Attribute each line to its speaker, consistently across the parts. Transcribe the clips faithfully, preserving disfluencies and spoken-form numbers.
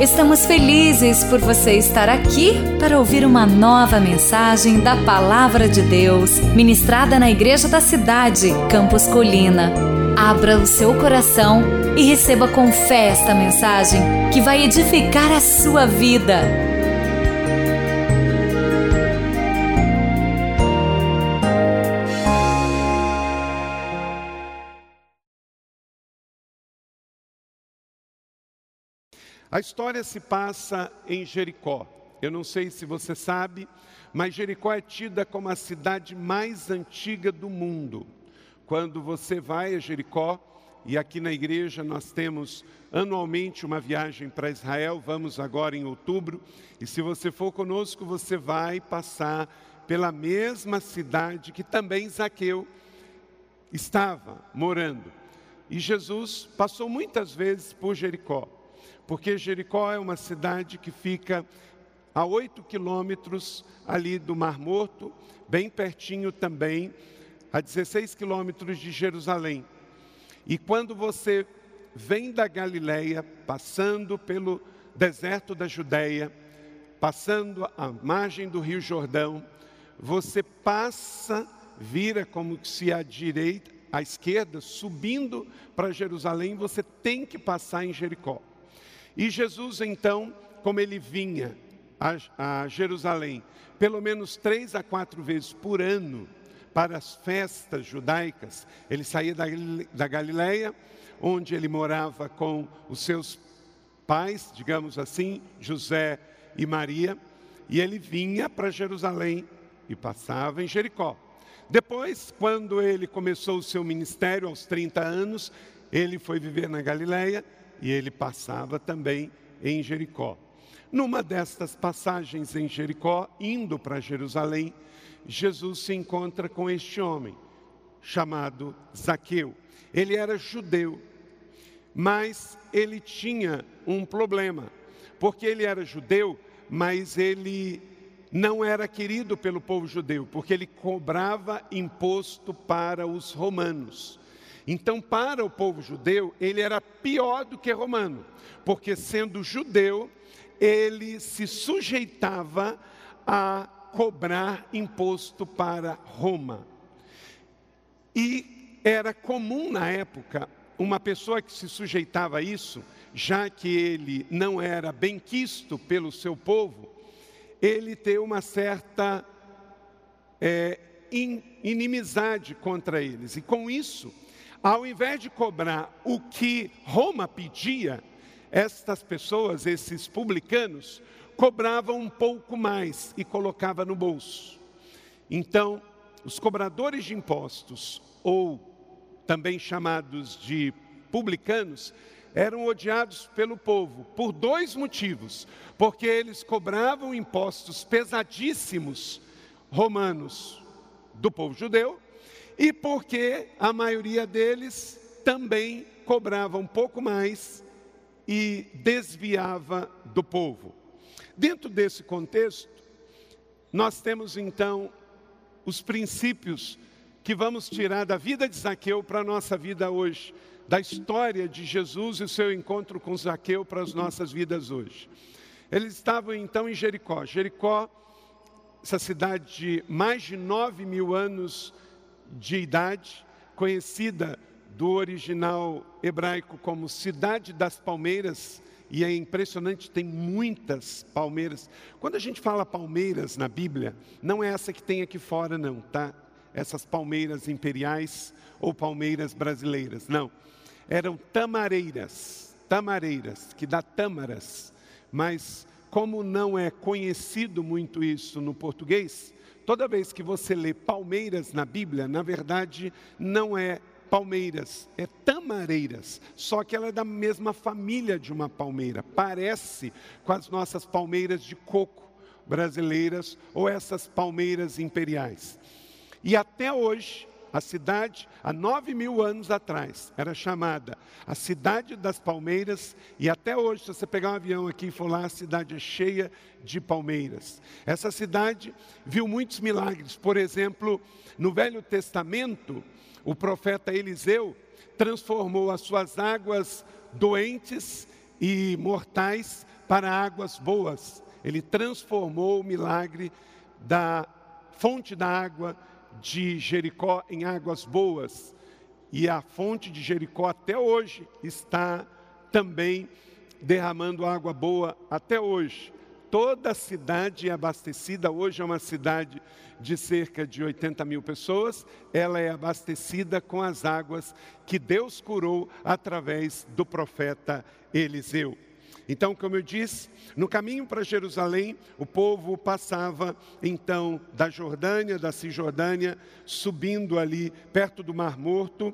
Speaker 1: Estamos felizes por você estar aqui para ouvir uma nova mensagem da Palavra de Deus, ministrada na Igreja da Cidade, Campos Colina. Abra o seu coração e receba com fé esta mensagem que vai edificar a sua vida.
Speaker 2: A história se passa em Jericó. Eu não sei se você sabe, mas Jericó é tida como a cidade mais antiga do mundo. Quando você vai a Jericó, e aqui na igreja nós temos anualmente uma viagem para Israel, vamos agora em outubro, e se você for conosco, você vai passar pela mesma cidade que também Zaqueu estava morando. E Jesus passou muitas vezes por Jericó. Porque Jericó é uma cidade que fica a oito quilômetros ali do Mar Morto, bem pertinho também, a dezesseis quilômetros de Jerusalém. E quando você vem da Galileia, passando pelo deserto da Judéia, passando a margem do Rio Jordão, você passa, vira como se à direita, à esquerda, subindo para Jerusalém, você tem que passar em Jericó. E Jesus, então, como ele vinha a, a Jerusalém, pelo menos três a quatro vezes por ano, para as festas judaicas, ele saía da, da Galileia, onde ele morava com os seus pais, digamos assim, José e Maria, e ele vinha para Jerusalém e passava em Jericó. Depois, quando ele começou o seu ministério, aos trinta anos, ele foi viver na Galileia, e ele passava também em Jericó. Numa destas passagens em Jericó, indo para Jerusalém, Jesus se encontra com este homem, chamado Zaqueu. Ele era judeu, mas ele tinha um problema, porque ele era judeu, mas ele não era querido pelo povo judeu, porque ele cobrava imposto para os romanos. Então, para o povo judeu, ele era pior do que romano, porque sendo judeu, ele se sujeitava a cobrar imposto para Roma. E era comum na época, uma pessoa que se sujeitava a isso, já que ele não era benquisto pelo seu povo, ele ter uma certa é, inimizade contra eles. E com isso, ao invés de cobrar o que Roma pedia, estas pessoas, esses publicanos, cobravam um pouco mais e colocavam no bolso. Então, os cobradores de impostos, ou também chamados de publicanos, eram odiados pelo povo por dois motivos. Porque eles cobravam impostos pesadíssimos romanos do povo judeu, e porque a maioria deles também cobrava um pouco mais e desviava do povo. Dentro desse contexto, nós temos então os princípios que vamos tirar da vida de Zaqueu para a nossa vida hoje, da história de Jesus e o seu encontro com Zaqueu para as nossas vidas hoje. Eles estavam então em Jericó. Jericó, essa cidade de mais de nove mil anos de idade, conhecida do original hebraico como Cidade das Palmeiras, e é impressionante, tem muitas palmeiras. Quando a gente fala palmeiras na Bíblia, não é essa que tem aqui fora não, tá? Essas palmeiras imperiais ou palmeiras brasileiras, não. Eram tamareiras, tamareiras, que dá tâmaras, mas como não é conhecido muito isso no português, toda vez que você lê palmeiras na Bíblia, na verdade, não é palmeiras, é tamareiras. Só que ela é da mesma família de uma palmeira. Parece com as nossas palmeiras de coco brasileiras ou essas palmeiras imperiais. E até hoje, a cidade, há nove mil anos atrás, era chamada a Cidade das Palmeiras, e até hoje, se você pegar um avião aqui e for lá, a cidade é cheia de palmeiras. Essa cidade viu muitos milagres. Por exemplo, no Velho Testamento, o profeta Eliseu transformou as suas águas doentes e mortais para águas boas. Ele transformou o milagre da fonte da água de Jericó em águas boas. E a fonte de Jericó até hoje está também derramando água boa até hoje. Toda a cidade é abastecida, hoje é uma cidade de cerca de oitenta mil pessoas, ela é abastecida com as águas que Deus curou através do profeta Eliseu. Então, como eu disse, no caminho para Jerusalém, o povo passava então da Jordânia, da Cisjordânia, subindo ali perto do Mar Morto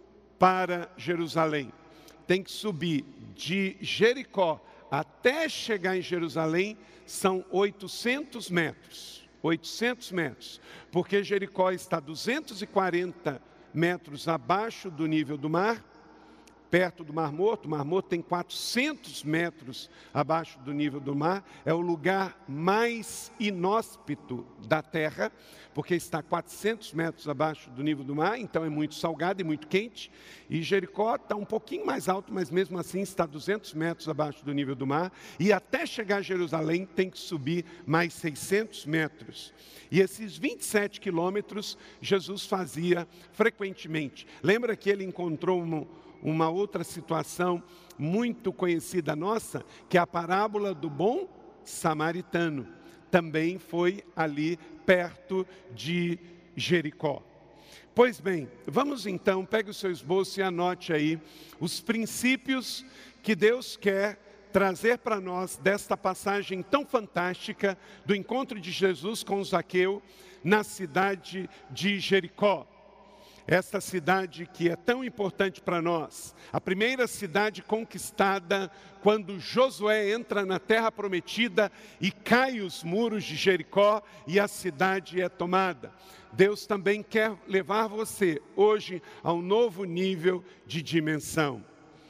Speaker 2: para Jerusalém. Tem que subir de Jericó até chegar em Jerusalém, são oitocentos metros. oitocentos metros, porque Jericó está duzentos e quarenta metros abaixo do nível do mar, perto do Mar Morto. O Mar Morto tem quatrocentos metros abaixo do nível do mar, é o lugar mais inóspito da terra, porque está quatrocentos metros abaixo do nível do mar, então é muito salgado e muito quente. E Jericó está um pouquinho mais alto, mas mesmo assim está duzentos metros abaixo do nível do mar, e até chegar a Jerusalém tem que subir mais seiscentos metros. E esses vinte e sete quilômetros Jesus fazia frequentemente. Lembra que ele encontrou um uma outra situação muito conhecida nossa, que é a parábola do bom samaritano. Também foi ali perto de Jericó. Pois bem, vamos então, pegue o seu esboço e anote aí os princípios que Deus quer trazer para nós desta passagem tão fantástica do encontro de Jesus com Zaqueu na cidade de Jericó. Esta cidade que é tão importante para nós, a primeira cidade conquistada quando Josué entra na terra prometida e cai os muros de Jericó e a cidade é tomada. Deus também quer levar você hoje a um novo nível de dimensão.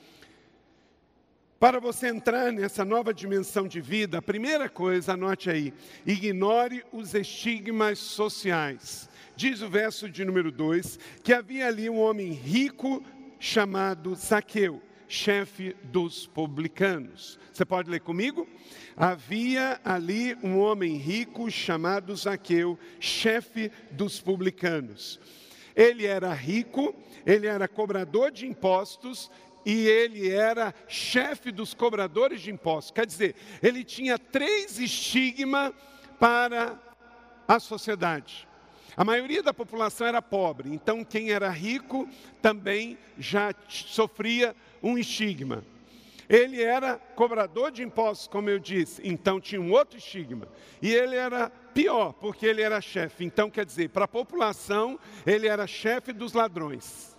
Speaker 2: Para você entrar nessa nova dimensão de vida, a primeira coisa, anote aí, ignore os estigmas sociais. Diz o verso de número dois, que havia ali um homem rico chamado Zaqueu, chefe dos publicanos. Você pode ler comigo? Havia ali um homem rico chamado Zaqueu, chefe dos publicanos. Ele era rico, ele era cobrador de impostos e ele era chefe dos cobradores de impostos. Quer dizer, ele tinha três estigmas para a sociedade. A maioria da população era pobre, então quem era rico também já sofria um estigma. Ele era cobrador de impostos, como eu disse, então tinha um outro estigma. E ele era pior, porque ele era chefe. Então, quer dizer, para a população, ele era chefe dos ladrões.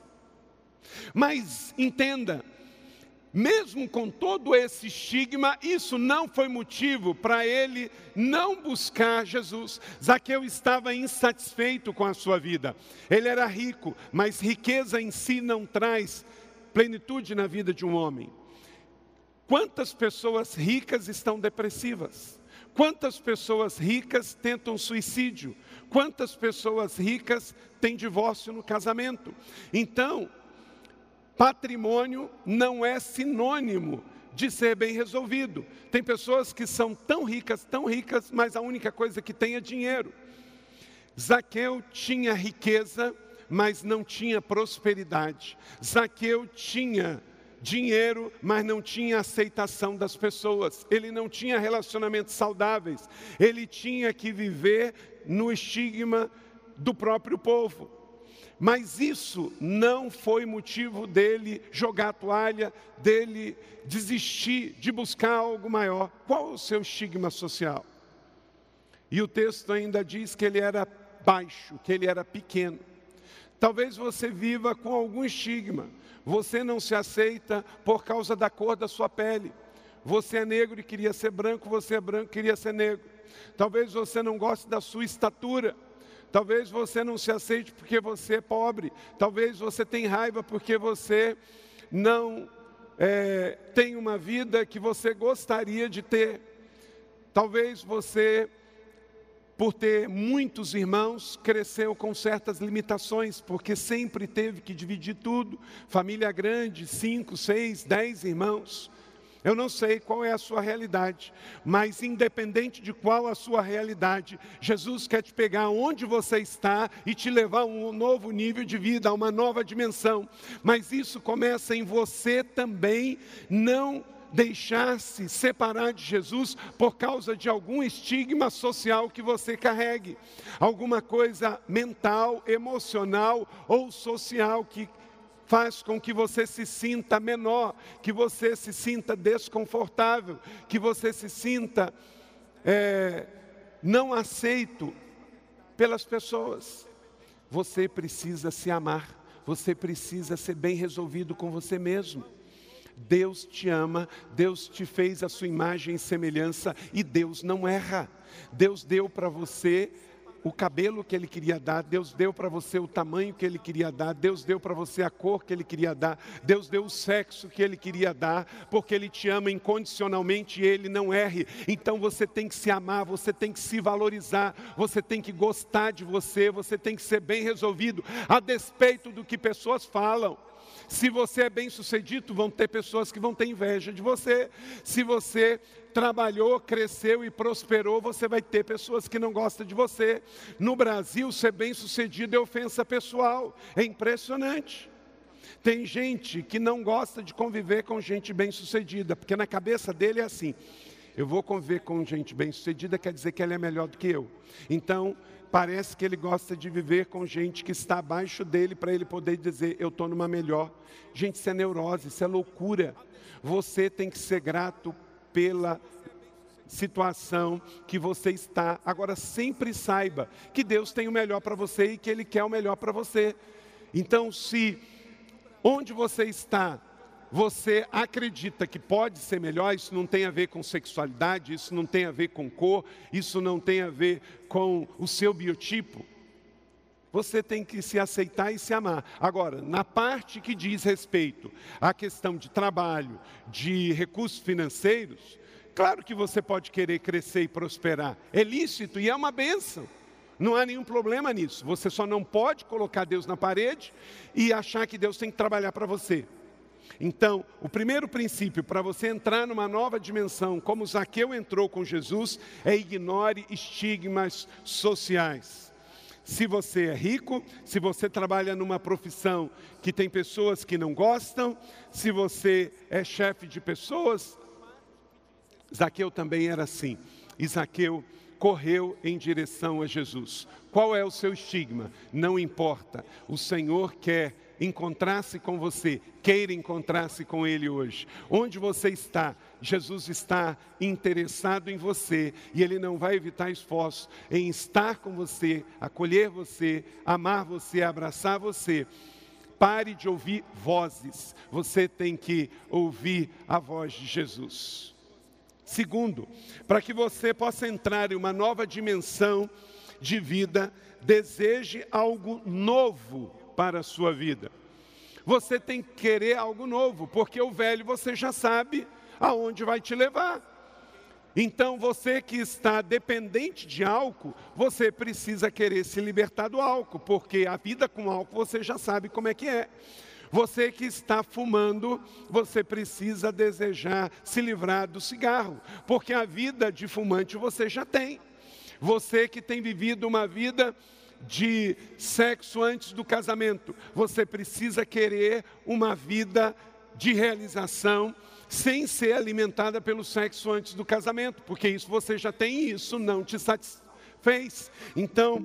Speaker 2: Mas, entenda, mesmo com todo esse estigma, isso não foi motivo para ele não buscar Jesus. Zaqueu estava insatisfeito com a sua vida. Ele era rico, mas riqueza em si não traz plenitude na vida de um homem. Quantas pessoas ricas estão depressivas? Quantas pessoas ricas tentam suicídio? Quantas pessoas ricas têm divórcio no casamento? Então, patrimônio não é sinônimo de ser bem resolvido. Tem pessoas que são tão ricas, tão ricas, mas a única coisa que tem é dinheiro. Zaqueu tinha riqueza, mas não tinha prosperidade. Zaqueu tinha dinheiro, mas não tinha aceitação das pessoas. Ele não tinha relacionamentos saudáveis. Ele tinha que viver no estigma do próprio povo. Mas isso não foi motivo dele jogar a toalha, dele desistir de buscar algo maior. Qual o seu estigma social? E o texto ainda diz que ele era baixo, que ele era pequeno. Talvez você viva com algum estigma. Você não se aceita por causa da cor da sua pele. Você é negro e queria ser branco, você é branco e queria ser negro. Talvez você não goste da sua estatura. Talvez você não se aceite porque você é pobre. Talvez você tenha raiva porque você não é, tem uma vida que você gostaria de ter. Talvez você, por ter muitos irmãos, cresceu com certas limitações, porque sempre teve que dividir tudo. Família grande, cinco, seis, dez irmãos. Eu não sei qual é a sua realidade, mas independente de qual a sua realidade, Jesus quer te pegar onde você está e te levar a um novo nível de vida, a uma nova dimensão. Mas isso começa em você também não deixar-se separar de Jesus por causa de algum estigma social que você carregue, alguma coisa mental, emocional ou social que faz com que você se sinta menor, que você se sinta desconfortável, que você se sinta é, não aceito pelas pessoas. Você precisa se amar, você precisa ser bem resolvido com você mesmo. Deus te ama, Deus te fez a sua imagem e semelhança e Deus não erra. Deus deu para você o cabelo que Ele queria dar, Deus deu para você o tamanho que Ele queria dar, Deus deu para você a cor que Ele queria dar, Deus deu o sexo que Ele queria dar, porque Ele te ama incondicionalmente e Ele não erre. Então você tem que se amar, você tem que se valorizar, você tem que gostar de você, você tem que ser bem resolvido, a despeito do que pessoas falam. Se você é bem sucedido, vão ter pessoas que vão ter inveja de você. Se você trabalhou, cresceu e prosperou, você vai ter pessoas que não gostam de você. No Brasil, ser bem sucedido é ofensa pessoal. É impressionante. Tem gente que não gosta de conviver com gente bem sucedida, porque na cabeça dele é assim: eu vou conviver com gente bem sucedida, quer dizer que ela é melhor do que eu. Então, parece que ele gosta de viver com gente que está abaixo dele para ele poder dizer, eu estou numa melhor. Gente, isso é neurose, isso é loucura. Você tem que ser grato pela situação que você está. Agora, sempre saiba que Deus tem o melhor para você e que Ele quer o melhor para você. Então, se onde você está, você acredita que pode ser melhor, isso não tem a ver com sexualidade, isso não tem a ver com cor, isso não tem a ver com o seu biotipo. Você tem que se aceitar e se amar. Agora, na parte que diz respeito à questão de trabalho, de recursos financeiros, claro que você pode querer crescer e prosperar. É lícito e é uma bênção. Não há nenhum problema nisso. Você só não pode colocar Deus na parede e achar que Deus tem que trabalhar para você. Então, o primeiro princípio para você entrar numa nova dimensão, como Zaqueu entrou com Jesus, é ignore estigmas sociais. Se você é rico, se você trabalha numa profissão que tem pessoas que não gostam, se você é chefe de pessoas, Zaqueu também era assim. E Zaqueu correu em direção a Jesus. Qual é o seu estigma? Não importa. O Senhor quer encontrar-se com você, queira encontrar-se com Ele hoje. Onde você está, Jesus está interessado em você e Ele não vai evitar esforço em estar com você, acolher você, amar você, abraçar você. Pare de ouvir vozes, você tem que ouvir a voz de Jesus. Segundo, para que você possa entrar em uma nova dimensão de vida, deseje algo novo para a sua vida. Você tem que querer algo novo, porque o velho você já sabe aonde vai te levar. Então você que está dependente de álcool, você precisa querer se libertar do álcool, porque a vida com álcool você já sabe como é que é. Você que está fumando, você precisa desejar se livrar do cigarro, porque a vida de fumante você já tem. Você que tem vivido uma vida de sexo antes do casamento, você precisa querer uma vida de realização sem ser alimentada pelo sexo antes do casamento, porque isso você já tem e isso não te satisfez. Então,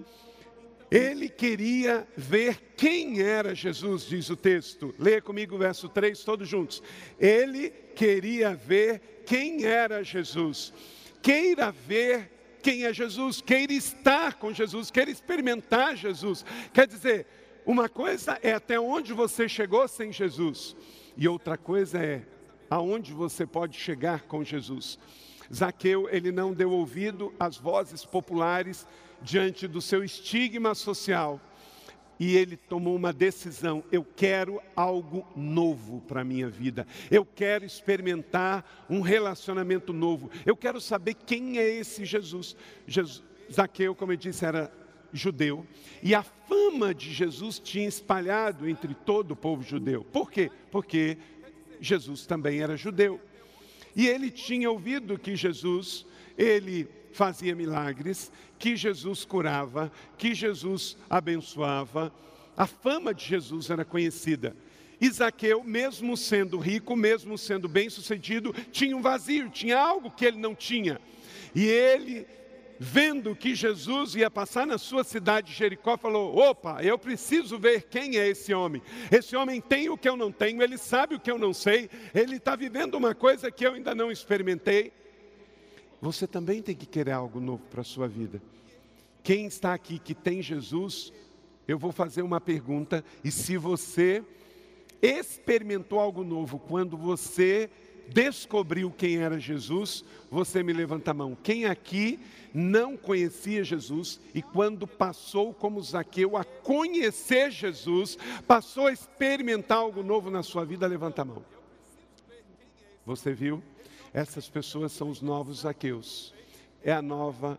Speaker 2: ele queria ver quem era Jesus, diz o texto. Leia comigo o verso três, todos juntos. Ele queria ver quem era Jesus. Queira ver quem é Jesus, queira estar com Jesus, queira experimentar Jesus. Quer dizer, uma coisa é até onde você chegou sem Jesus, e outra coisa é aonde você pode chegar com Jesus. Zaqueu, ele não deu ouvido às vozes populares diante do seu estigma social, e ele tomou uma decisão: eu quero algo novo para a minha vida, eu quero experimentar um relacionamento novo, eu quero saber quem é esse Jesus. Jesus Zaqueu, como eu disse, era judeu, e a fama de Jesus tinha espalhado entre todo o povo judeu. Por quê? Porque Jesus também era judeu. E ele tinha ouvido que Jesus, ele fazia milagres, que Jesus curava, que Jesus abençoava. A fama de Jesus era conhecida. E Zaqueu, mesmo sendo rico, mesmo sendo bem-sucedido, tinha um vazio, tinha algo que ele não tinha. E ele, vendo que Jesus ia passar na sua cidade de Jericó, falou: opa, eu preciso ver quem é esse homem. Esse homem tem o que eu não tenho, ele sabe o que eu não sei, ele está vivendo uma coisa que eu ainda não experimentei. Você também tem que querer algo novo para a sua vida. Quem está aqui que tem Jesus, eu vou fazer uma pergunta, e se você experimentou algo novo quando você descobriu quem era Jesus, você me levanta a mão. Quem aqui não conhecia Jesus e quando passou como Zaqueu a conhecer Jesus, passou a experimentar algo novo na sua vida, levanta a mão. Você viu? Essas pessoas são os novos Zaqueus. É a nova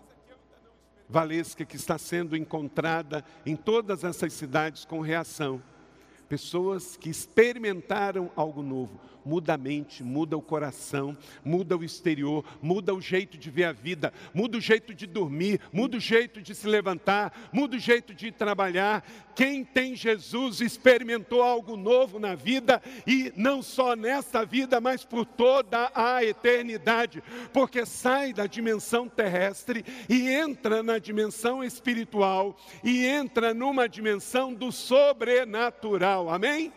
Speaker 2: Valesca que está sendo encontrada em todas essas cidades com reação. Pessoas que experimentaram algo novo. Muda a mente, muda o coração, muda o exterior, muda o jeito de ver a vida, muda o jeito de dormir, muda o jeito de se levantar, muda o jeito de trabalhar. Quem tem Jesus experimentou algo novo na vida, e não só nessa vida, mas por toda a eternidade, porque sai da dimensão terrestre e entra na dimensão espiritual, e entra numa dimensão do sobrenatural, amém?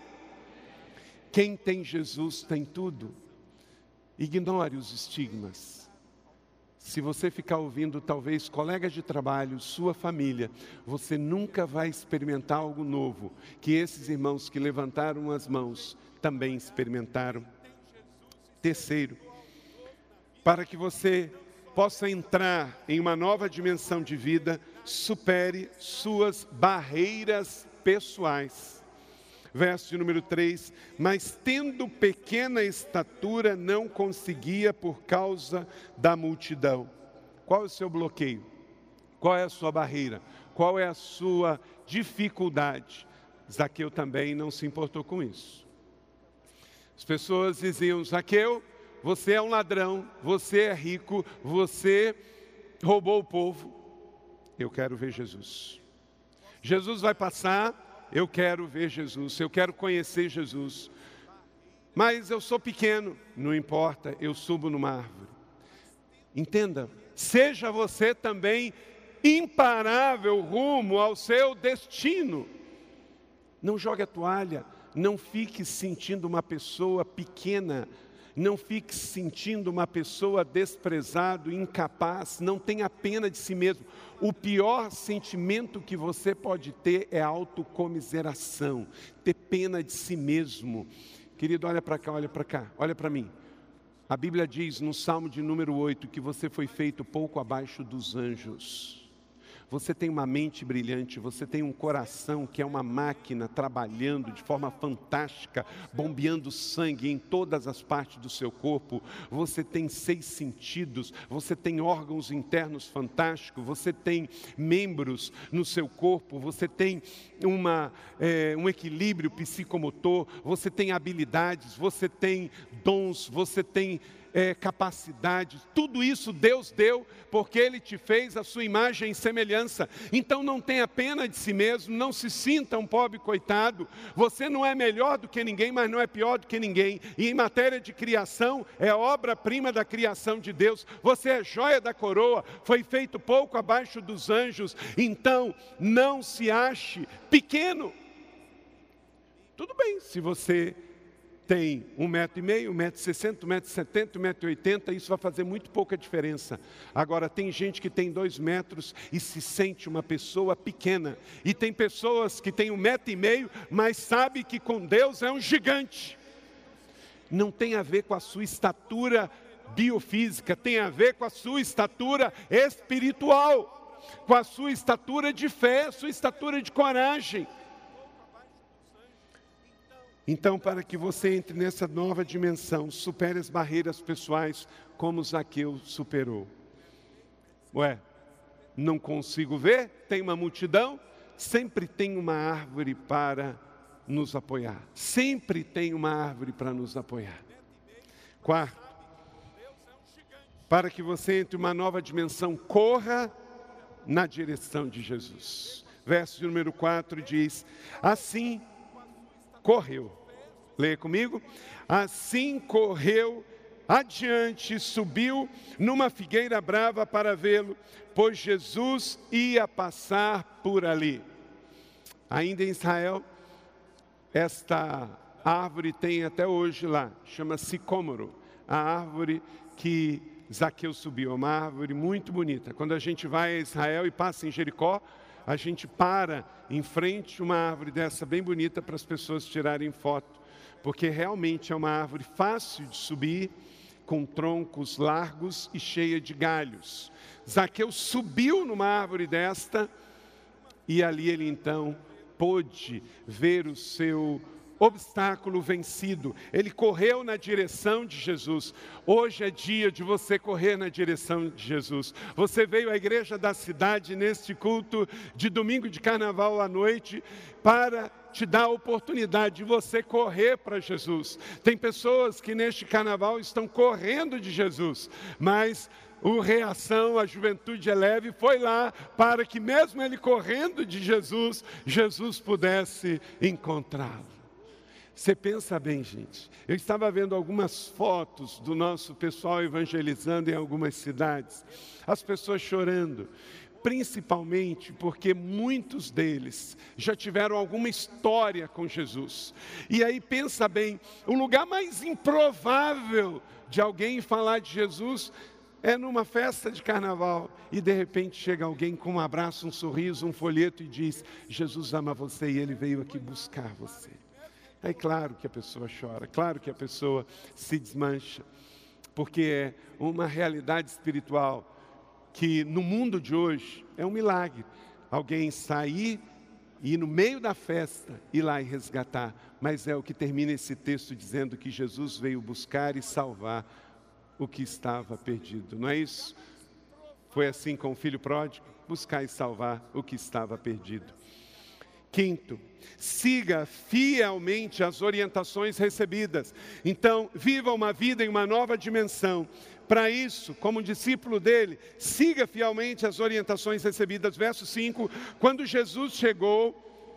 Speaker 2: Quem tem Jesus tem tudo. Ignore os estigmas. Se você ficar ouvindo talvez colegas de trabalho, sua família, você nunca vai experimentar algo novo que esses irmãos que levantaram as mãos também experimentaram. Terceiro, para que você possa entrar em uma nova dimensão de vida, supere suas barreiras pessoais. Verso de número três, mas tendo pequena estatura, não conseguia por causa da multidão. Qual é o seu bloqueio? Qual é a sua barreira? Qual é a sua dificuldade? Zaqueu também não se importou com isso. As pessoas diziam: Zaqueu, você é um ladrão, você é rico, você roubou o povo. Eu quero ver Jesus. Jesus vai passar. Eu quero ver Jesus, eu quero conhecer Jesus. Mas eu sou pequeno, não importa, eu subo numa árvore. Entenda, seja você também imparável rumo ao seu destino. Não jogue a toalha, não fique se sentindo uma pessoa pequena, não fique se sentindo uma pessoa desprezado, incapaz, não tenha pena de si mesmo. O pior sentimento que você pode ter é a autocomiseração, ter pena de si mesmo. Querido, olha para cá, olha para cá, olha para mim. A Bíblia diz no Salmo de número oito que você foi feito pouco abaixo dos anjos. Você tem uma mente brilhante, você tem um coração que é uma máquina trabalhando de forma fantástica, bombeando sangue em todas as partes do seu corpo. Você tem seis sentidos, você tem órgãos internos fantásticos, você tem membros no seu corpo, você tem uma, é, um equilíbrio psicomotor, você tem habilidades, você tem dons, você tem É, capacidades, tudo isso Deus deu, porque Ele te fez a sua imagem e semelhança. Então não tenha pena de si mesmo, não se sinta um pobre coitado. Você não é melhor do que ninguém, mas não é pior do que ninguém. E em matéria de criação, é obra-prima da criação de Deus. Você é joia da coroa, foi feito pouco abaixo dos anjos. Então não se ache pequeno. Tudo bem, se você tem um metro e meio, um metro e sessenta, um metro e setenta, um metro e oitenta, isso vai fazer muito pouca diferença. Agora, tem gente que tem dois metros e se sente uma pessoa pequena. E tem pessoas que têm um metro e meio, mas sabe que com Deus é um gigante. Não tem a ver com a sua estatura biofísica, tem a ver com a sua estatura espiritual, com a sua estatura de fé, a sua estatura de coragem. Então, para que você entre nessa nova dimensão, supere as barreiras pessoais como Zaqueu superou. Ué, não consigo ver? Tem uma multidão? Sempre tem uma árvore para nos apoiar. Sempre tem uma árvore para nos apoiar. Quarto, para que você entre uma nova dimensão, corra na direção de Jesus. Verso de número quatro diz, assim correu. Leia comigo. Assim correu adiante, subiu numa figueira brava para vê-lo, pois Jesus ia passar por ali. Ainda em Israel, esta árvore tem até hoje lá, chama sicômoro, a árvore que Zaqueu subiu, é uma árvore muito bonita. Quando a gente vai a Israel e passa em Jericó, a gente para em frente a uma árvore dessa bem bonita para as pessoas tirarem foto, porque realmente é uma árvore fácil de subir, com troncos largos e cheia de galhos. Zaqueu subiu numa árvore desta e ali ele então pôde ver o seu obstáculo vencido. Ele correu na direção de Jesus. Hoje é dia de você correr na direção de Jesus. Você veio à igreja da cidade neste culto de domingo de carnaval à noite para te dar a oportunidade de você correr para Jesus. Tem pessoas que neste carnaval estão correndo de Jesus, mas o Reação, a Juventude é Leve, foi lá para que mesmo ele correndo de Jesus, Jesus pudesse encontrá-lo. Você pensa bem, gente. Eu estava vendo algumas fotos do nosso pessoal evangelizando em algumas cidades. As pessoas chorando, principalmente porque muitos deles já tiveram alguma história com Jesus. E aí pensa bem, o lugar mais improvável de alguém falar de Jesus é numa festa de carnaval. E de repente chega alguém com um abraço, um sorriso, um folheto e diz, Jesus ama você e ele veio aqui buscar você. É claro que a pessoa chora, claro que a pessoa se desmancha, porque é uma realidade espiritual que no mundo de hoje é um milagre. Alguém sair e no meio da festa ir lá e resgatar, mas é o que termina esse texto dizendo que Jesus veio buscar e salvar o que estava perdido, não é isso? Foi assim com o filho pródigo, buscar e salvar o que estava perdido. Quinto, siga fielmente as orientações recebidas. Então, viva uma vida em uma nova dimensão. Para isso, como discípulo dele, siga fielmente as orientações recebidas. Verso cinco, quando Jesus chegou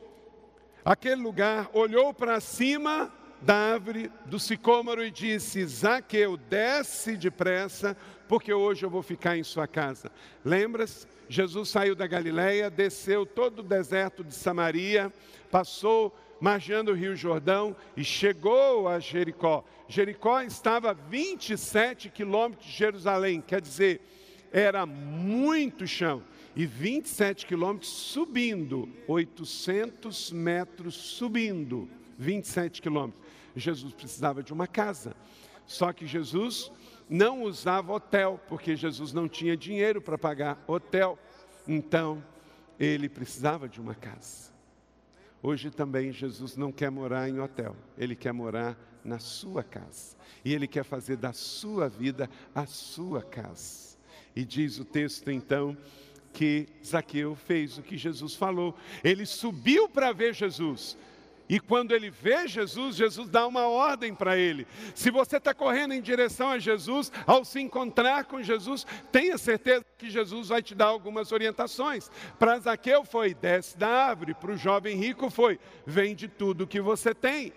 Speaker 2: àquele lugar, olhou para cima da árvore do sicômoro e disse, Zaqueu, desce depressa, porque hoje eu vou ficar em sua casa. Lembra-se? Jesus saiu da Galileia, desceu todo o deserto de Samaria, passou margeando o Rio Jordão e chegou a Jericó. Jericó estava a vinte e sete quilômetros de Jerusalém, quer dizer, era muito chão. E vinte e sete quilômetros subindo, oitocentos metros subindo, vinte e sete quilômetros. Jesus precisava de uma casa, só que Jesus não usava hotel, porque Jesus não tinha dinheiro para pagar hotel, então ele precisava de uma casa. Hoje também Jesus não quer morar em hotel, ele quer morar na sua casa, e ele quer fazer da sua vida a sua casa. E diz o texto então, que Zaqueu fez o que Jesus falou, ele subiu para ver Jesus. E quando ele vê Jesus, Jesus dá uma ordem para ele. Se você está correndo em direção a Jesus, ao se encontrar com Jesus, tenha certeza que Jesus vai te dar algumas orientações. Para Zaqueu foi, desce da árvore. Para o jovem rico foi, vende tudo que você tem.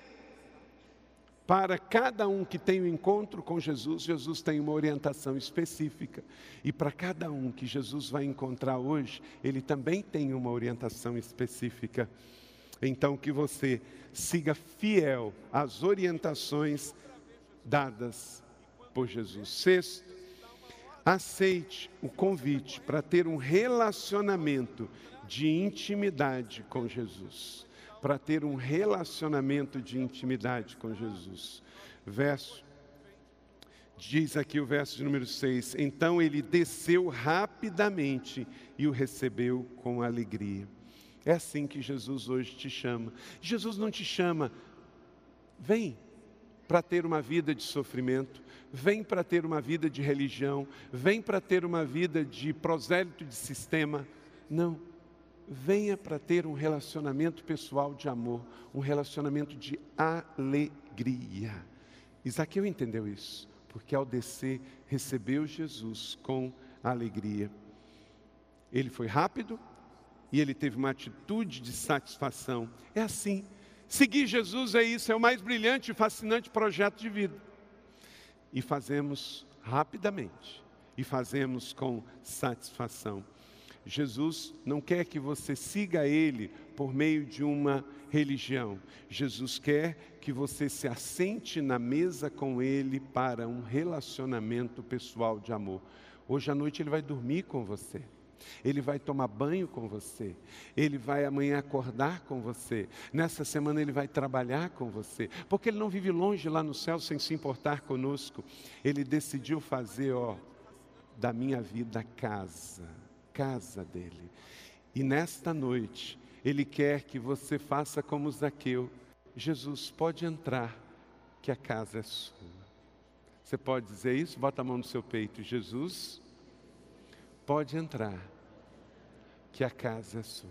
Speaker 2: Para cada um que tem um encontro com Jesus, Jesus tem uma orientação específica. E para cada um que Jesus vai encontrar hoje, ele também tem uma orientação específica. Então que você siga fiel às orientações dadas por Jesus. Sexto, aceite o convite para ter um relacionamento de intimidade com Jesus. Para ter um relacionamento de intimidade com Jesus. Verso, diz aqui o verso de número seis, então ele desceu rapidamente e o recebeu com alegria. É assim que Jesus hoje te chama. Jesus não te chama, vem para ter uma vida de sofrimento, vem para ter uma vida de religião, vem para ter uma vida de prosélito de sistema. Não, venha para ter um relacionamento pessoal de amor, um relacionamento de alegria. E Zaqueu entendeu isso, porque ao descer, recebeu Jesus com alegria. Ele foi rápido e ele teve uma atitude de satisfação. É assim. Seguir Jesus é isso, é o mais brilhante e fascinante projeto de vida. E fazemos rapidamente, e fazemos com satisfação. Jesus não quer que você siga Ele por meio de uma religião. Jesus quer que você se assente na mesa com Ele para um relacionamento pessoal de amor. Hoje à noite Ele vai dormir com você. Ele vai tomar banho com você. Ele vai amanhã acordar com você. Nessa semana Ele vai trabalhar com você. Porque Ele não vive longe lá no céu sem se importar conosco. Ele decidiu fazer, ó, da minha vida casa. Casa dele. E nesta noite, Ele quer que você faça como Zaqueu. Jesus, pode entrar, que a casa é sua. Você pode dizer isso? Bota a mão no seu peito. Jesus, pode entrar, que a casa é sua.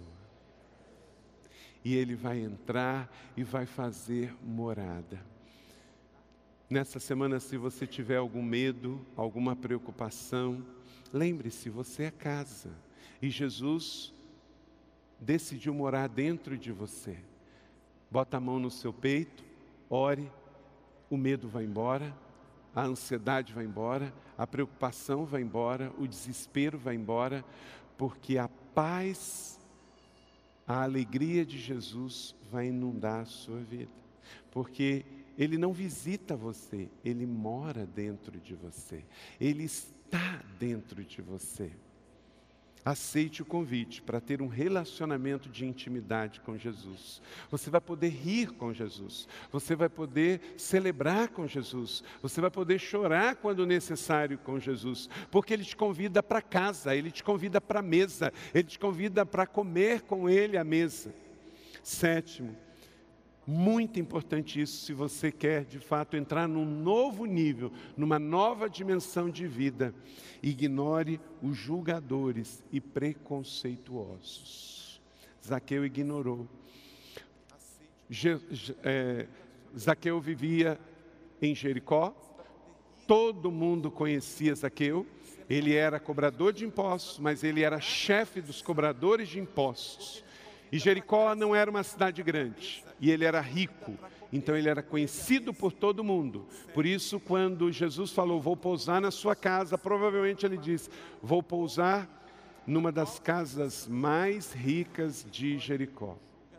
Speaker 2: E Ele vai entrar e vai fazer morada. Nessa semana, se você tiver algum medo, alguma preocupação, lembre-se, você é casa. E Jesus decidiu morar dentro de você. Bota a mão no seu peito, ore, o medo vai embora, a ansiedade vai embora, a preocupação vai embora, o desespero vai embora, porque a paz, a alegria de Jesus vai inundar a sua vida. Porque Ele não visita você, Ele mora dentro de você. Ele está dentro de você. Aceite o convite para ter um relacionamento de intimidade com Jesus. Você vai poder rir com Jesus. Você vai poder celebrar com Jesus. Você vai poder chorar quando necessário com Jesus. Porque Ele te convida para casa, Ele te convida para a mesa. Ele te convida para comer com Ele à mesa. Sétimo, muito importante isso, se você quer de fato entrar num novo nível, numa nova dimensão de vida. Ignore os julgadores e preconceituosos. Zaqueu ignorou. Je, é, Zaqueu vivia em Jericó, todo mundo conhecia Zaqueu, ele era cobrador de impostos, mas ele era chefe dos cobradores de impostos. E Jericó não era uma cidade grande, e ele era rico, então ele era conhecido por todo mundo. Por isso, quando Jesus falou, vou pousar na sua casa, provavelmente ele disse, vou pousar numa das casas mais ricas de Jericó.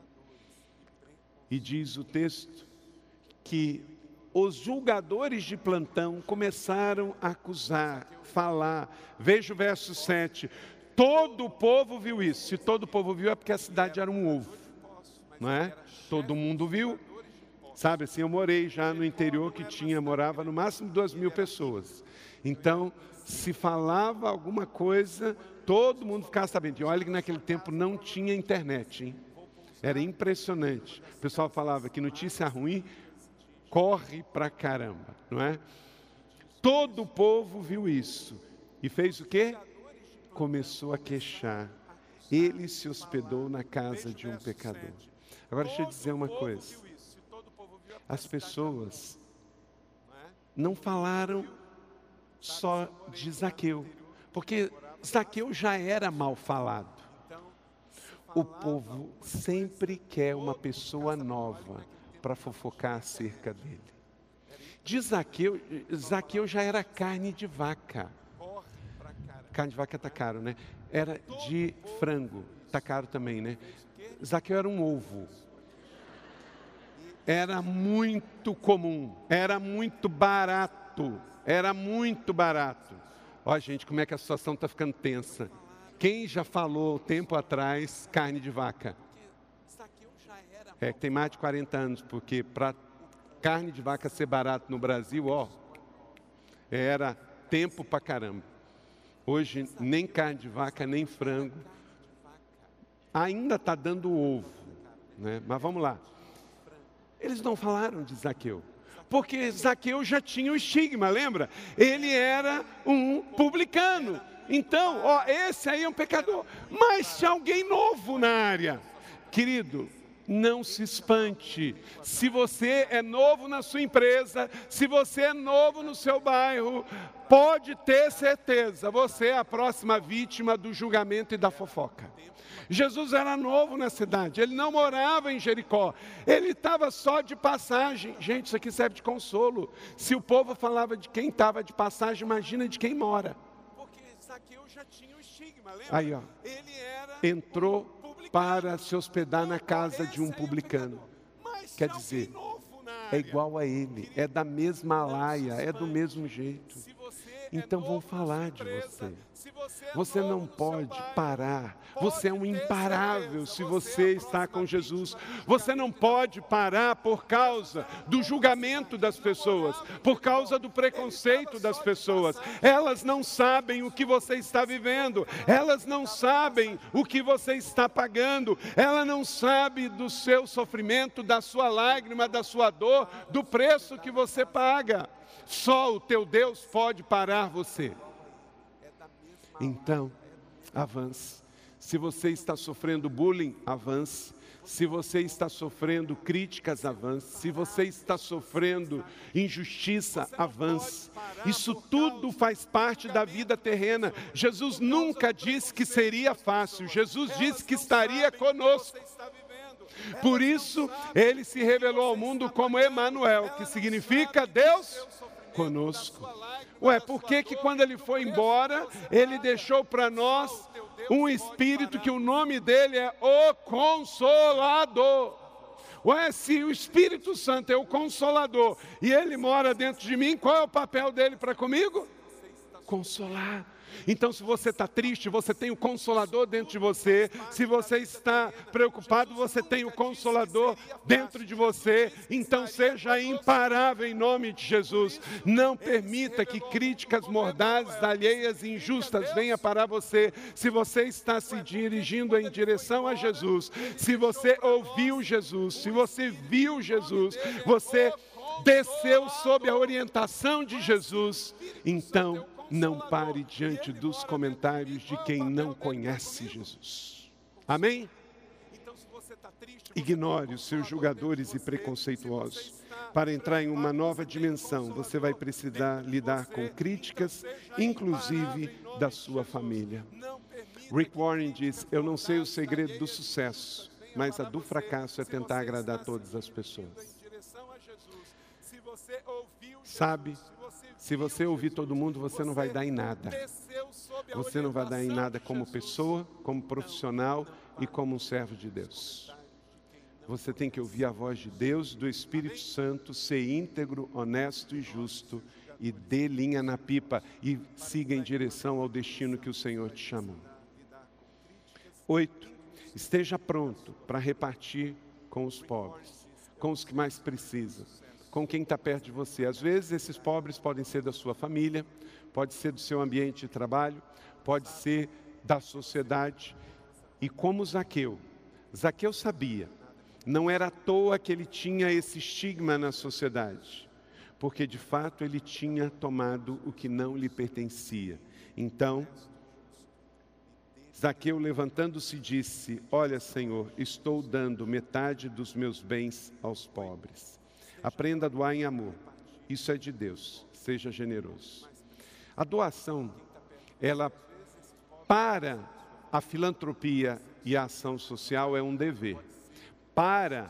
Speaker 2: E diz o texto que os julgadores de plantão começaram a acusar, falar. Veja o verso sete. Todo o povo viu isso. Se todo o povo viu, é porque a cidade era um ovo, não é? Todo mundo viu. Sabe assim, eu morei já no interior que tinha, morava no máximo duas mil pessoas. Então, se falava alguma coisa, todo mundo ficava sabendo. E olha que naquele tempo não tinha internet, hein? Era impressionante. O pessoal falava que notícia ruim corre pra caramba, não é? Todo o povo viu isso. E fez o quê? Começou a queixar. Ele se hospedou na casa de um pecador. Agora deixa eu dizer uma coisa. As pessoas não falaram só de Zaqueu, porque Zaqueu já era mal falado. O povo sempre quer uma pessoa nova para fofocar acerca dele. De Zaqueu, Zaqueu já era carne de vaca. Carne de vaca está caro, né? Era de frango, está caro também, né? Zaqueu era um ovo. Era muito comum, era muito barato, era muito barato. Ó, gente, como é que a situação está ficando tensa. Quem já falou tempo atrás carne de vaca? É que tem mais de quarenta anos, porque para carne de vaca ser barato no Brasil, ó, era tempo pra caramba. Hoje, nem carne de vaca, nem frango. Ainda está dando ovo, né? Mas vamos lá. Eles não falaram de Zaqueu, porque Zaqueu já tinha o estigma, lembra? Ele era um publicano. Então, ó, esse aí é um pecador. Mas se alguém novo na área, querido, não se espante. Se você é novo na sua empresa, se você é novo no seu bairro, pode ter certeza, você é a próxima vítima do julgamento e da fofoca. Jesus era novo na cidade, ele não morava em Jericó, ele estava só de passagem. Gente, isso aqui serve de consolo. Se o povo falava de quem estava de passagem, imagina de quem mora. Porque Zaqueu já tinha o estigma, lembra? Aí, ó, ele era entrou para se hospedar na casa de um publicano. Quer dizer, é igual a ele, é da mesma laia, é do mesmo jeito. Então vão falar de você. Você não pode parar. Você é um imparável se você está com Jesus. Você não pode parar por causa do julgamento das pessoas, por causa do preconceito das pessoas. Elas não sabem o que você está vivendo. Elas não sabem o que você está pagando. Ela não sabe do seu sofrimento, da sua lágrima, da sua dor, do preço que você paga. Só o teu Deus pode parar você. Então, avance. Se você está sofrendo bullying, avance. Se você está sofrendo críticas, avance. Se você está sofrendo injustiça, avance. Isso tudo faz parte da vida terrena. Jesus nunca disse que seria fácil. Jesus disse que estaria conosco. Por isso, ele se revelou ao mundo como Emanuel, que significa Deus conosco. Ué, por que que quando ele foi embora, ele deixou para nós um Espírito que o nome dele é o Consolador? Ué, se o Espírito Santo é o Consolador e ele mora dentro de mim, qual é o papel dele para comigo? Consolar. Então, se você está triste, você tem o Consolador dentro de você. Se você está preocupado, você tem o Consolador dentro de você. Então, seja imparável em nome de Jesus. Não permita que críticas mordazes, alheias e injustas venham parar você. Se você está se dirigindo em direção a Jesus, se você ouviu Jesus, se você viu Jesus, você desceu sob a orientação de Jesus, então, não pare diante dos comentários de quem não conhece Jesus. Amém? Ignore os seus julgadores e preconceituosos. Para entrar em uma nova dimensão, você vai precisar lidar com críticas, inclusive da sua família. Rick Warren diz: eu não sei o segredo do sucesso, mas a do fracasso é tentar agradar todas as pessoas. Sabe? Se você ouvir todo mundo, você não vai dar em nada. Você não vai dar em nada como pessoa, como profissional e como um servo de Deus. Você tem que ouvir a voz de Deus, do Espírito Santo, ser íntegro, honesto e justo, e dê linha na pipa e siga em direção ao destino que o Senhor te chamou. Oito, esteja pronto para repartir com os pobres, com os que mais precisam, com quem está perto de você. Às vezes esses pobres podem ser da sua família, pode ser do seu ambiente de trabalho, pode ser da sociedade. E como Zaqueu, Zaqueu sabia, não era à toa que ele tinha esse estigma na sociedade, porque de fato ele tinha tomado o que não lhe pertencia. Então, Zaqueu, levantando-se, disse: olha, Senhor, estou dando metade dos meus bens aos pobres. Aprenda a doar em amor. Isso é de Deus. Seja generoso. A doação, ela, para a filantropia e a ação social, é um dever. Para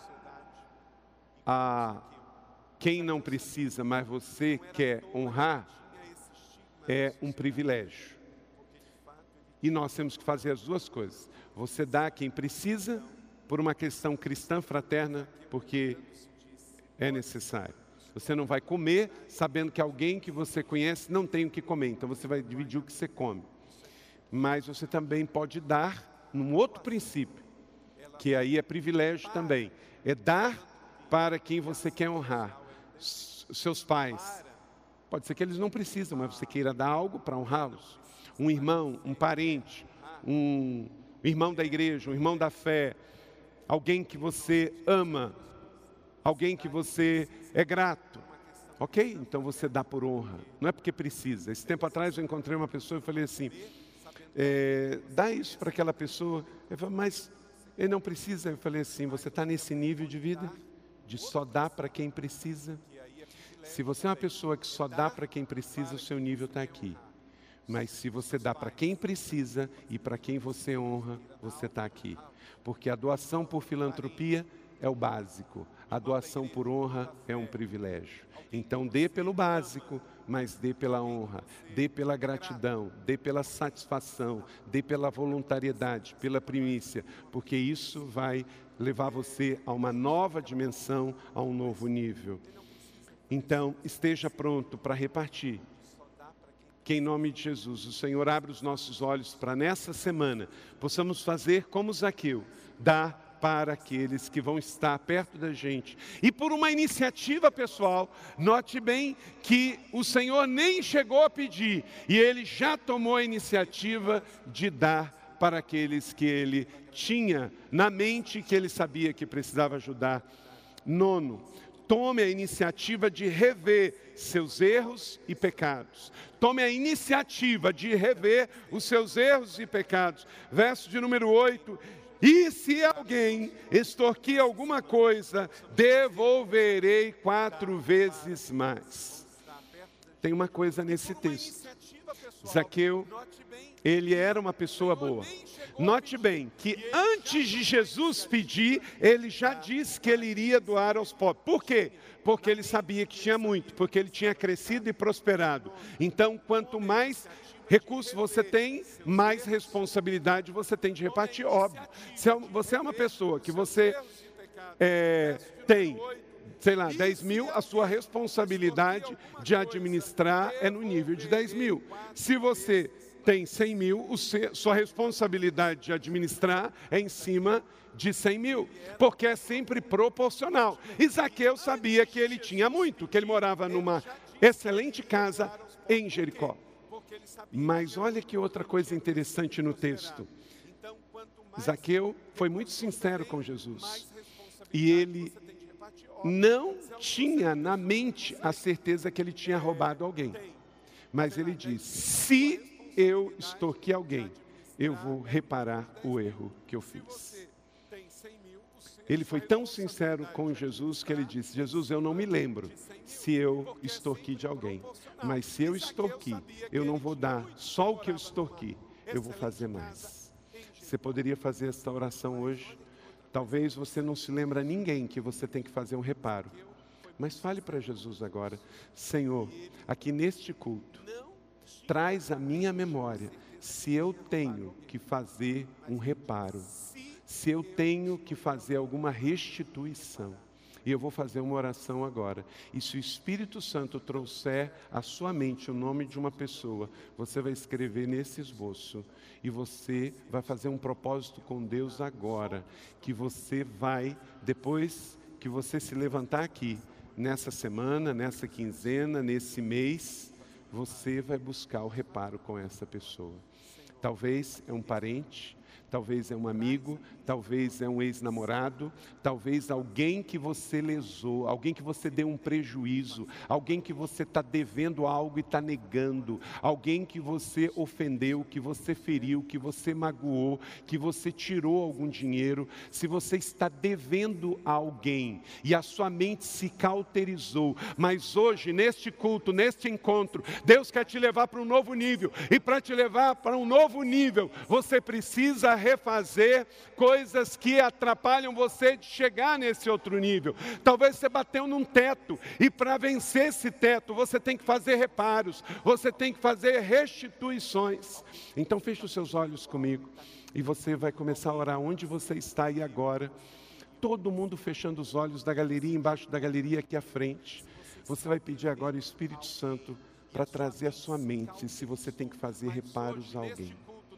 Speaker 2: a quem não precisa, mas você quer honrar, é um privilégio. E nós temos que fazer as duas coisas. Você dá a quem precisa, por uma questão cristã fraterna, porque é necessário. Você não vai comer sabendo que alguém que você conhece não tem o que comer. Então você vai dividir o que você come. Mas você também pode dar num outro princípio, que aí é privilégio também. É dar para quem você quer honrar. Seus pais. Pode ser que eles não precisam, mas você queira dar algo para honrá-los. Um irmão, um parente, um irmão da igreja, um irmão da fé. Alguém que você ama. Alguém que você é grato, ok? Então você dá por honra, não é porque precisa. Esse tempo atrás eu encontrei uma pessoa e falei assim, é, dá isso para aquela pessoa. Eu falei, mas Ele não precisa. Eu falei assim, você está nesse nível de vida? De só dar para quem precisa? Se você é uma pessoa que só dá para quem precisa, o seu nível está aqui. Mas se você dá para quem precisa e para quem você honra, você está aqui. Porque a doação por filantropia é o básico. A doação por honra é um privilégio. Então dê pelo básico, mas dê pela honra. Dê pela gratidão, dê pela satisfação, dê pela voluntariedade, pela primícia. Porque isso vai levar você a uma nova dimensão, a um novo nível. Então, esteja pronto para repartir. Que em nome de Jesus, o Senhor abra os nossos olhos para nessa semana, possamos fazer como Zaqueu, dar para aqueles que vão estar perto da gente. E por uma iniciativa pessoal, note bem que o Senhor nem chegou a pedir, e Ele já tomou a iniciativa de dar para aqueles que Ele tinha na mente, que Ele sabia que precisava ajudar. Nono, tome a iniciativa de rever seus erros e pecados. Tome a iniciativa de rever os seus erros e pecados. Verso de número oito. E se alguém extorquir alguma coisa, devolverei quatro vezes mais. Tem uma coisa nesse texto. Zaqueu, ele era uma pessoa boa. Note bem que antes de Jesus pedir, ele já disse que ele iria doar aos pobres. Por quê? Porque ele sabia que tinha muito, porque ele tinha crescido e prosperado. Então, quanto mais recursos você tem, mais responsabilidade você tem de repartir, óbvio. Se você é uma pessoa que você é, tem, sei lá, dez mil, a sua responsabilidade de administrar é no nível de dez mil. Se você tem cem mil, o seu, sua responsabilidade de administrar é em cima de cem mil, porque é sempre proporcional. E Zaqueu sabia que ele tinha muito, que ele morava numa excelente casa em Jericó. Mas olha que outra coisa interessante no texto. Zaqueu foi muito sincero com Jesus. E ele não tinha na mente a certeza que ele tinha roubado alguém. Mas ele diz, se eu extorquir alguém, eu vou reparar o erro que eu fiz. Ele foi tão sincero com Jesus que ele disse, Jesus, eu não me lembro se eu extorqui de alguém, mas se eu extorqui, eu não vou dar só o que eu extorqui, eu vou fazer mais. Você poderia fazer essa oração hoje? Talvez você não se lembre a ninguém que você tem que fazer um reparo, mas fale para Jesus agora, Senhor, aqui neste culto, traz à minha memória se eu tenho que fazer um reparo, se eu tenho que fazer alguma restituição. E eu vou fazer uma oração agora. E se o Espírito Santo trouxer à sua mente o nome de uma pessoa, você vai escrever nesse esboço. E você vai fazer um propósito com Deus agora. Que você vai, depois que você se levantar aqui, nessa semana, nessa quinzena, nesse mês, você vai buscar o reparo com essa pessoa. Talvez é um parente, talvez é um amigo, talvez é um ex-namorado, talvez alguém que você lesou, alguém que você deu um prejuízo, alguém que você está devendo algo e está negando, alguém que você ofendeu, que você feriu, que você magoou, que você tirou algum dinheiro. Se você está devendo a alguém e a sua mente se cauterizou, mas hoje, neste culto, neste encontro, Deus quer te levar para um novo nível, e para te levar para um novo nível, você precisa refazer coisas que atrapalham você de chegar nesse outro nível. Talvez você bateu num teto, e para vencer esse teto, você tem que fazer reparos, você tem que fazer restituições. Então feche os seus olhos comigo, e você vai começar a orar onde você está e agora. Todo mundo fechando os olhos da galeria, embaixo da galeria aqui à frente. Você vai pedir agora o Espírito Santo para trazer à sua mente se você tem que fazer reparos a alguém.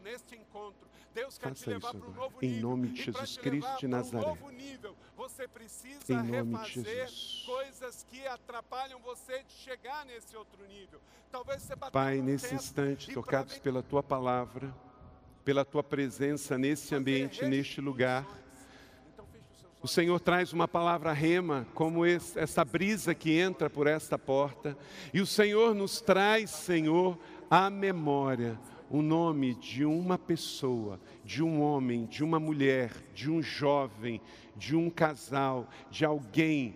Speaker 2: Faça isso agora, em nome de Jesus Cristo de Nazaré. Você precisa em nome de Jesus. Coisas que atrapalham você de chegar nesse outro nível. Talvez você Pai, nesse instante, tocados pela Tua palavra, pela Tua presença nesse ambiente, neste lugar, o Senhor traz uma palavra rema, como esse, essa brisa que entra por esta porta, e o Senhor nos traz, Senhor, à memória o nome de uma pessoa, de um homem, de uma mulher, de um jovem, de um casal, de alguém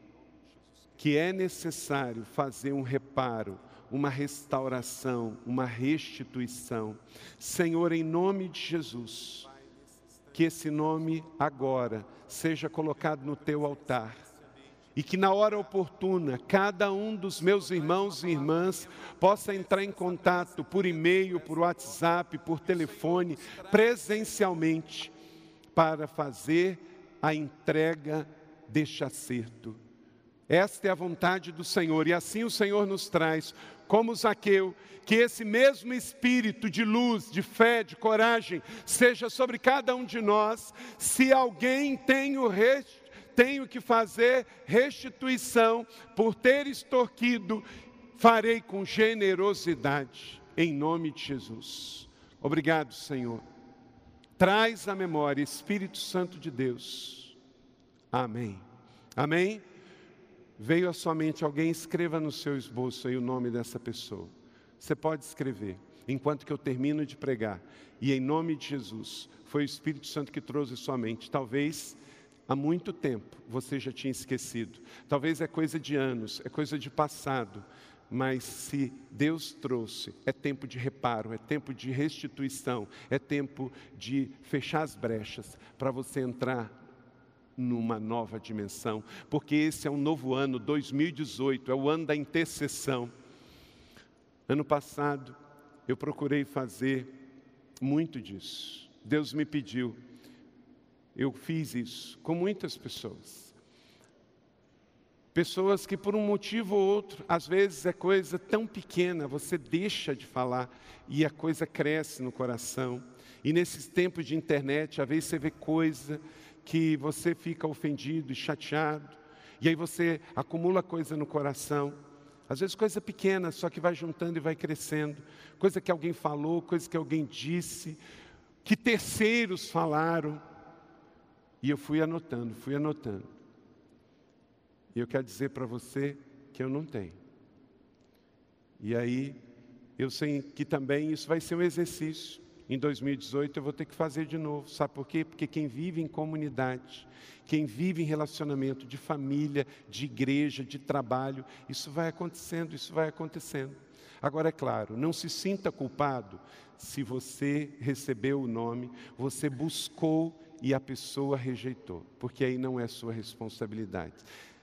Speaker 2: que é necessário fazer um reparo, uma restauração, uma restituição. Senhor, em nome de Jesus, que esse nome agora seja colocado no teu altar. E que na hora oportuna, cada um dos meus irmãos e irmãs possa entrar em contato por e-mail, por WhatsApp, por telefone, presencialmente, para fazer a entrega deste acerto. Esta é a vontade do Senhor, e assim o Senhor nos traz, como Zaqueu, que esse mesmo espírito de luz, de fé, de coragem, seja sobre cada um de nós. Se alguém tem o resto, tenho que fazer restituição por ter extorquido, farei com generosidade, em nome de Jesus. Obrigado, Senhor. Traz à memória, Espírito Santo de Deus. Amém. Amém? Veio à sua mente alguém, escreva no seu esboço aí o nome dessa pessoa. Você pode escrever, enquanto que eu termino de pregar. E em nome de Jesus, foi o Espírito Santo que trouxe à sua mente. Talvez há muito tempo você já tinha esquecido. Talvez é coisa de anos, é coisa de passado. Mas se Deus trouxe, é tempo de reparo, é tempo de restituição, é tempo de fechar as brechas para você entrar numa nova dimensão. Porque esse é um novo ano, dois mil e dezoito, é o ano da intercessão. Ano passado, eu procurei fazer muito disso. Deus me pediu. Eu fiz isso com muitas pessoas. Pessoas que por um motivo ou outro, às vezes é coisa tão pequena, você deixa de falar e a coisa cresce no coração. E nesses tempos de internet, às vezes você vê coisa que você fica ofendido e chateado. E aí você acumula coisa no coração. Às vezes coisa pequena, só que vai juntando e vai crescendo. Coisa que alguém falou, coisa que alguém disse, que terceiros falaram. E eu fui anotando, fui anotando. E eu quero dizer para você que eu não tenho. E aí, eu sei que também isso vai ser um exercício. Em dois mil e dezoito eu vou ter que fazer de novo. Sabe por quê? Porque quem vive em comunidade, quem vive em relacionamento de família, de igreja, de trabalho, isso vai acontecendo, isso vai acontecendo. Agora, é claro, não se sinta culpado se você recebeu o nome, você buscou e a pessoa rejeitou, porque aí não é sua responsabilidade.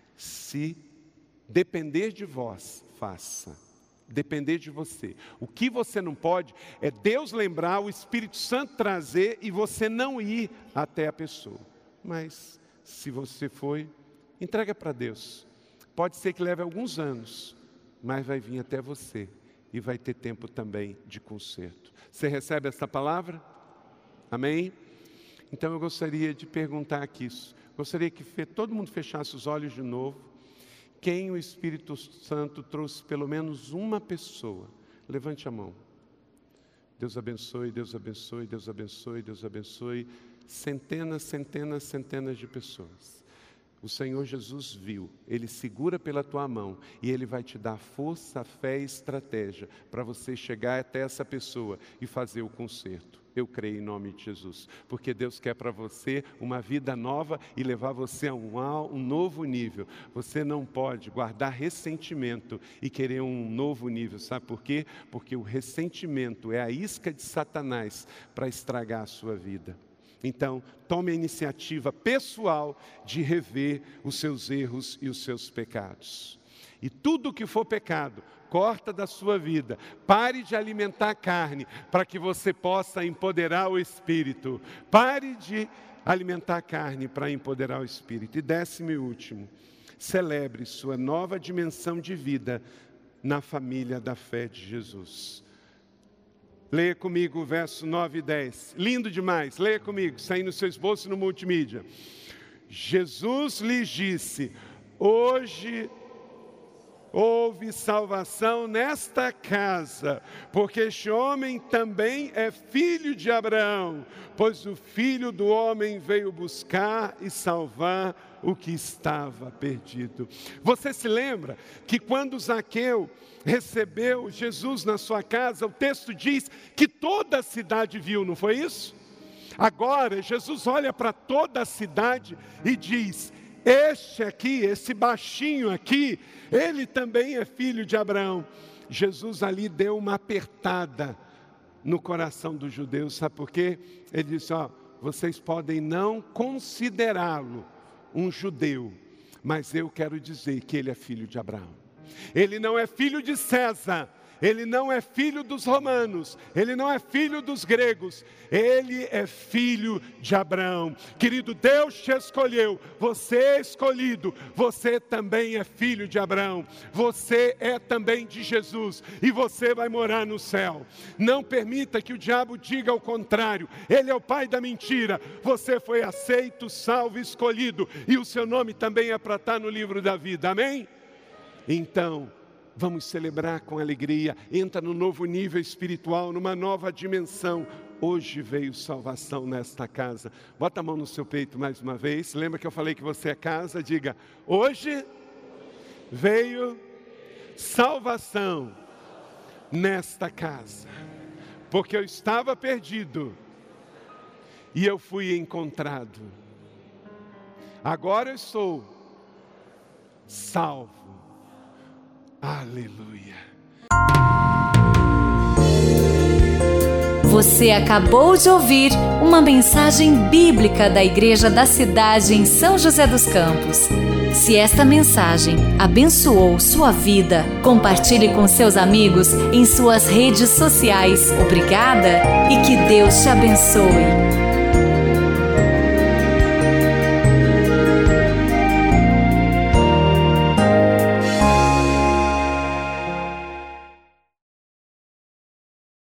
Speaker 2: Se depender de vós, faça. Depender de você. O que você não pode é Deus lembrar, o Espírito Santo trazer e você não ir até a pessoa. Mas, se você foi, entrega para Deus. Pode ser que leve alguns anos, mas vai vir até você e vai ter tempo também de conserto. Você recebe essa palavra? Amém? Então eu gostaria de perguntar aqui isso. Gostaria que todo mundo fechasse os olhos de novo. Quem o Espírito Santo trouxe pelo menos uma pessoa? Levante a mão. Deus abençoe, Deus abençoe, Deus abençoe, Deus abençoe. Centenas, centenas, centenas de pessoas. O Senhor Jesus viu, Ele segura pela tua mão e Ele vai te dar força, fé e estratégia para você chegar até essa pessoa e fazer o conserto. Eu creio em nome de Jesus, porque Deus quer para você uma vida nova e levar você a um, um novo nível. Você não pode guardar ressentimento e querer um novo nível, sabe por quê? Porque o ressentimento é a isca de Satanás para estragar a sua vida. Então, tome a iniciativa pessoal de rever os seus erros e os seus pecados. E tudo que for pecado, corta da sua vida. Pare de alimentar a carne, para que você possa empoderar o Espírito. Pare de alimentar a carne para empoderar o Espírito. E décimo e último, celebre sua nova dimensão de vida na família da fé de Jesus. Leia comigo o verso nove e dez. Lindo demais. Leia comigo, saindo no seu esboço no multimídia. Jesus lhes disse: hoje houve salvação nesta casa, porque este homem também é filho de Abraão, pois o Filho do Homem veio buscar e salvar o que estava perdido. Você se lembra que quando Zaqueu recebeu Jesus na sua casa, o texto diz que toda a cidade viu, não foi isso? Agora Jesus olha para toda a cidade e diz: este aqui, esse baixinho aqui, ele também é filho de Abraão. Jesus ali deu uma apertada no coração dos judeus, sabe por quê? Ele disse: ó, vocês podem não considerá-lo um judeu, mas eu quero dizer que ele é filho de Abraão. Ele não é filho de César, ele não é filho dos romanos, ele não é filho dos gregos, ele é filho de Abraão. Querido, Deus te escolheu, você é escolhido, você também é filho de Abraão, você é também de Jesus, e você vai morar no céu. Não permita que o diabo diga o contrário, ele é o pai da mentira. Você foi aceito, salvo, escolhido, e o seu nome também é para estar no livro da vida, amém? Então, vamos celebrar com alegria, entra no novo nível espiritual, numa nova dimensão. Hoje veio salvação nesta casa. Bota a mão no seu peito mais uma vez. Lembra que eu falei que você é casa? Diga: hoje veio salvação nesta casa, porque eu estava perdido e eu fui encontrado. Agora eu sou salvo. Aleluia.
Speaker 1: Você acabou de ouvir uma mensagem bíblica da Igreja da Cidade em São José dos Campos. Se esta mensagem abençoou sua vida, compartilhe com seus amigos em suas redes sociais. Obrigada e que Deus te abençoe.